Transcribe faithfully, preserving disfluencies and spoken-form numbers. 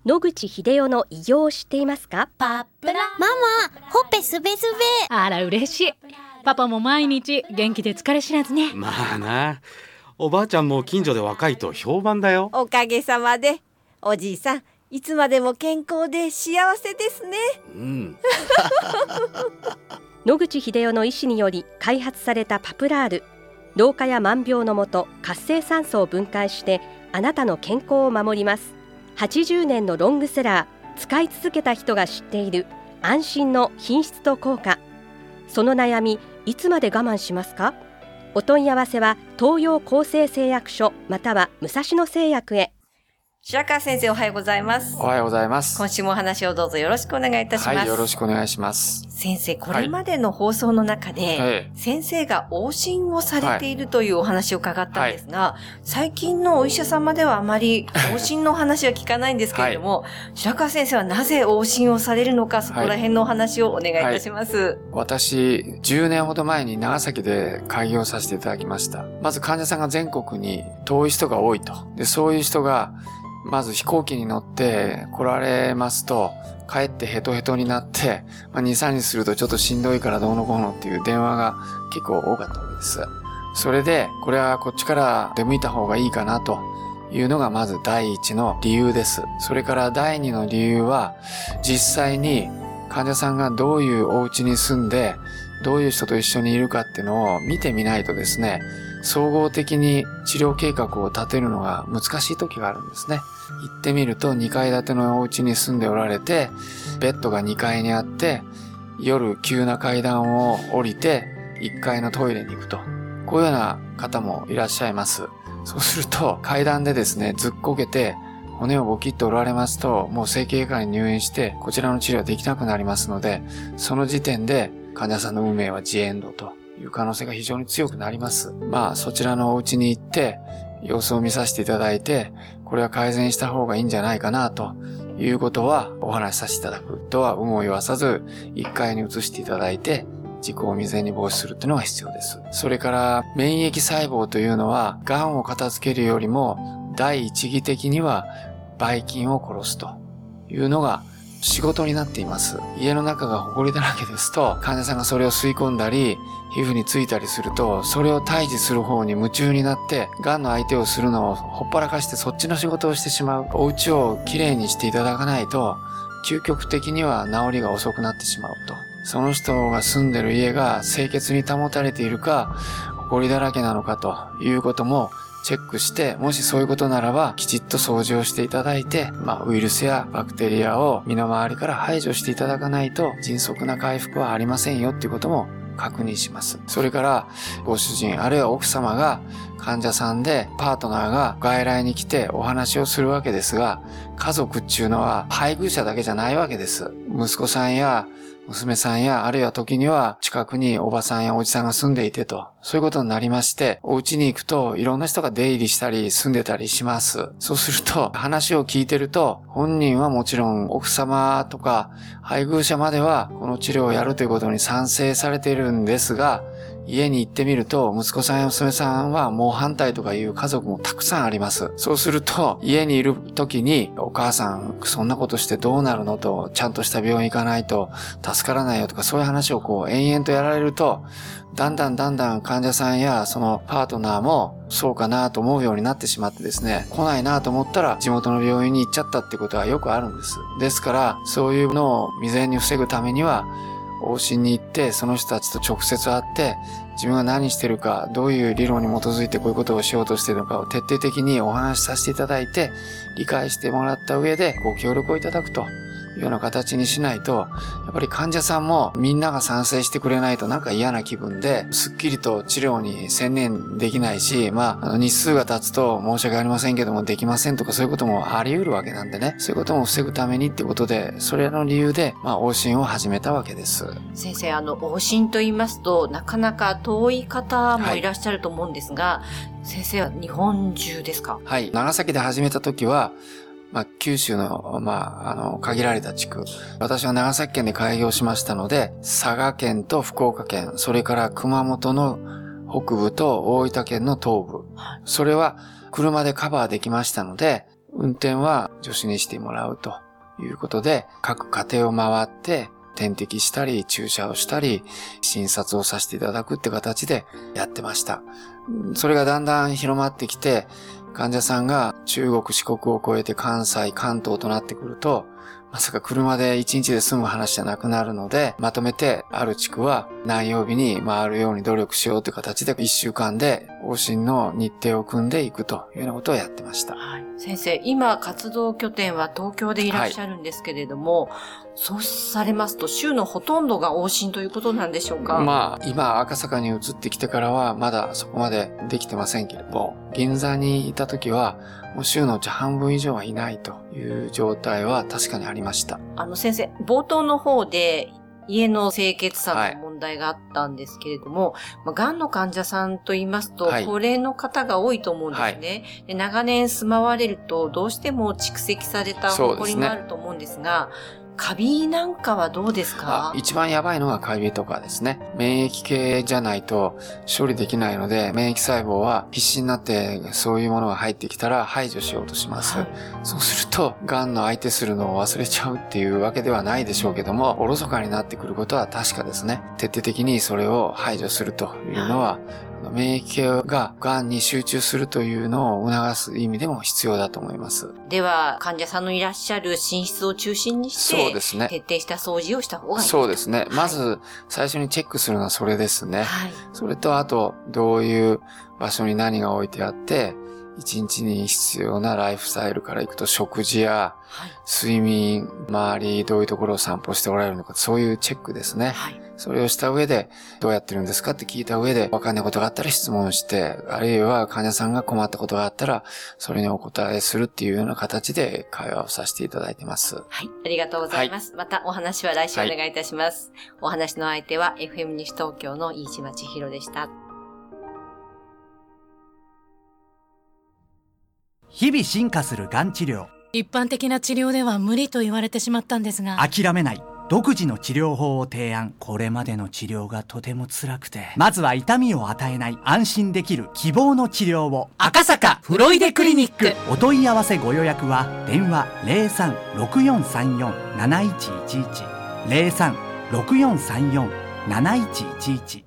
野口英世の偉業を知っていますか？ パップラママ、ほっぺすべすべ。 あら嬉しい。パパも毎日元気で疲れ知らずね。 まあな、おばあちゃんも近所で若いと評判だよ。 おかげさまで。おじいさん、いつまでも健康で幸せですね。 うん野口英世の医師により開発されたパプラール、老化や万病のもと活性酸素を分解してあなたの健康を守ります。はちじゅうねんのロングセラー、使い続けた人が知っている安心の品質と効果。その悩み、いつまで我慢しますか？お問い合わせは東洋厚生製薬所または武蔵野製薬へ。 白川先生、おはようございます。 おはようございます。 今週もお話をどうぞよろしくお願いいたします。 はい、よろしくお願いします。 先生、これまでの放送の中で、はい、先生が往診をされているというお話を伺ったんですが、はい、最近のお医者様ではあまり往診のお話は聞かないんですけれども、はい、白川先生はなぜ往診をされるのか、そこら辺のお話をお願いいたします。はいはい、 私、じゅうねんほど前に長崎で開業させていただきました。まず患者さんが全国に遠い人が多いと。で、そういう人がまず飛行機に乗って来られますと、帰ってヘトヘトになって、まあ、に、さんにちするとちょっとしんどいからどうのこうのっていう電話が結構多かったわけです。それで、これはこっちから出向いた方がいいかなというのがまず第一の理由です。それから第二の理由は、実際に患者さんがどういうお家に住んで、どういう人と一緒にいるかっていうのを見てみないとですね、総合的に治療計画を立てるのが難しい時があるんですね。行ってみるとにかい建てのお家に住んでおられて、ベッドがにかいにあって、夜急な階段を降りていっかいのトイレに行くと。こういうような方もいらっしゃいます。そうすると階段でですね、ずっこけて骨をボキッと折られますと、もう整形外科に入院してこちらの治療はできなくなりますので、その時点で患者さんの運命はジエンドという可能性が非常に強くなります。まあそちらのお家に行って様子を見させていただいて、これは改善した方がいいんじゃないかなということはお話しさせていただくとは有無を言わさず、いっかいに移していただいて事故を未然に防止するっていうのが必要です。それから免疫細胞というのは、癌を片付けるよりも第一義的にはばい菌を殺すというのが仕事になっています。家の中が埃だらけですと、患者さんがそれを吸い込んだり皮膚についたりすると、それを退治する方に夢中になって、癌の相手をするのをほっぱらかしてそっちの仕事をしてしまう。お家をきれいにしていただかないと、究極的には治りが遅くなってしまうと。その人が住んでる家が清潔に保たれているか、埃だらけなのかということもチェックして、もしそういうことならばきちっと掃除をしていただいて、まあウイルスやバクテリアを身の回りから排除していただかないと迅速な回復はありませんよっていうことも確認します。それからご主人あるいは奥様が患者さんで、パートナーが外来に来てお話をするわけですが、家族っていうのは配偶者だけじゃないわけです。息子さんや娘さんや、あるいは時には近くにおばさんやおじさんが住んでいてと、そういうことになりまして、お家に行くといろんな人が出入りしたり住んでたりします。そうすると話を聞いてると、本人はもちろん奥様とか配偶者まではこの治療をやるということに賛成されているんですが、家に行ってみると息子さんや娘さんはもう反対とかいう家族もたくさんあります。そうすると家にいる時に、お母さんそんなことしてどうなるのと、ちゃんとした病院行かないと助からないよとか、そういう話をこう延々とやられると、だんだんだんだん患者さんやそのパートナーもそうかなと思うようになってしまってですね、来ないなと思ったら地元の病院に行っちゃったってことはよくあるんです。ですからそういうのを未然に防ぐためには、往診に行ってその人たちと直接会って、自分が何してるか、どういう理論に基づいてこういうことをしようとしているのかを徹底的にお話しさせていただいて、理解してもらった上でご協力をいただくというような形にしないと、やっぱり患者さんもみんなが賛成してくれないとなんか嫌な気分で、すっきりと治療に専念できないし、まあ、あの日数が経つと申し訳ありませんけどもできませんとか、そういうこともあり得るわけなんでね、そういうことも防ぐためにってことで、それの理由で、まあ、往診を始めたわけです。 先生、あの、往診と言いますと、なかなか遠い方もいらっしゃると思うんですが、はい、先生は日本中ですか？ はい。長崎で始めた時は、まあ、九州の、まあ、あの、限られた地区。私は長崎県で開業しましたので、佐賀県と福岡県、それから熊本の北部と大分県の東部。それは車でカバーできましたので、 運転は助手にしてもらうということで、各家庭を回って点滴したり注射をしたり診察をさせていただくって形でやってました。それがだんだん広まってきて、患者さんが中国四国を越えて関西関東となってくると、まさか車で一日で済む話じゃなくなるので、まとめてある地区は何曜日に回るように努力しようという形でいっしゅうかんで往診の日程を組んでいくというようなことをやってました。 はい、先生、今活動拠点は東京でいらっしゃるんですけれども、はい、そうされますと週のほとんどが往診ということなんでしょうか？ まあ今赤坂に移ってきてからはまだそこまでできてませんけれども、銀座にいた時はもう週のうち半分以上はいないという状態は確かにありました。 あの先生、冒頭の方で家の清潔さの問題があったんですけれども、はい、まあ、がんの患者さんと言いますと、はい、高齢の方が多いと思うんですね、はい、で。長年住まわれるとどうしても蓄積された埃もあると思うんですが、カビなんかはどうですか？ 一番やばいのがカビとかですね。免疫系じゃないと処理できないので、免疫細胞は必死になってそういうものが入ってきたら排除しようとします。はい、そうすると、癌の相手するのを忘れちゃうっていうわけではないでしょうけども、おろそかになってくることは確かですね。徹底的にそれを排除するというのは、免疫系が癌に集中するというのを促す意味でも必要だと思います。 では、患者さんのいらっしゃる寝室を中心にして、そうですね、徹底した掃除をした方がいい。 そうですね。はい、まず、最初にチェックするのはそれですね。はい、それと、あと、どういう場所に何が置いてあって、一日に必要なライフスタイルからいくと食事や睡眠、周りどういうところを散歩しておられるのか、そういうチェックですね。はい、それをした上で、どうやってるんですかって聞いた上で、わかんないことがあったら質問して、あるいは患者さんが困ったことがあったら、それにお答えするっていうような形で会話をさせていただいてます。 はい、ありがとうございます。はい、またお話は来週お願いいたします。はい、お話の相手は エフエム 西東京の飯島千尋でした。 日々進化するがん治療。 一般的な治療では無理と言われてしまったんですが、 諦めない。独自の治療法を提案。これまでの治療がとても辛くて、まずは痛みを与えない、安心できる希望の治療を。 赤坂フロイデクリニック。 お問い合わせご予約は電話 ゼロさん ろくよんさんよん なないちいちいち ゼロさん ろくよんさんよん なないちいちいち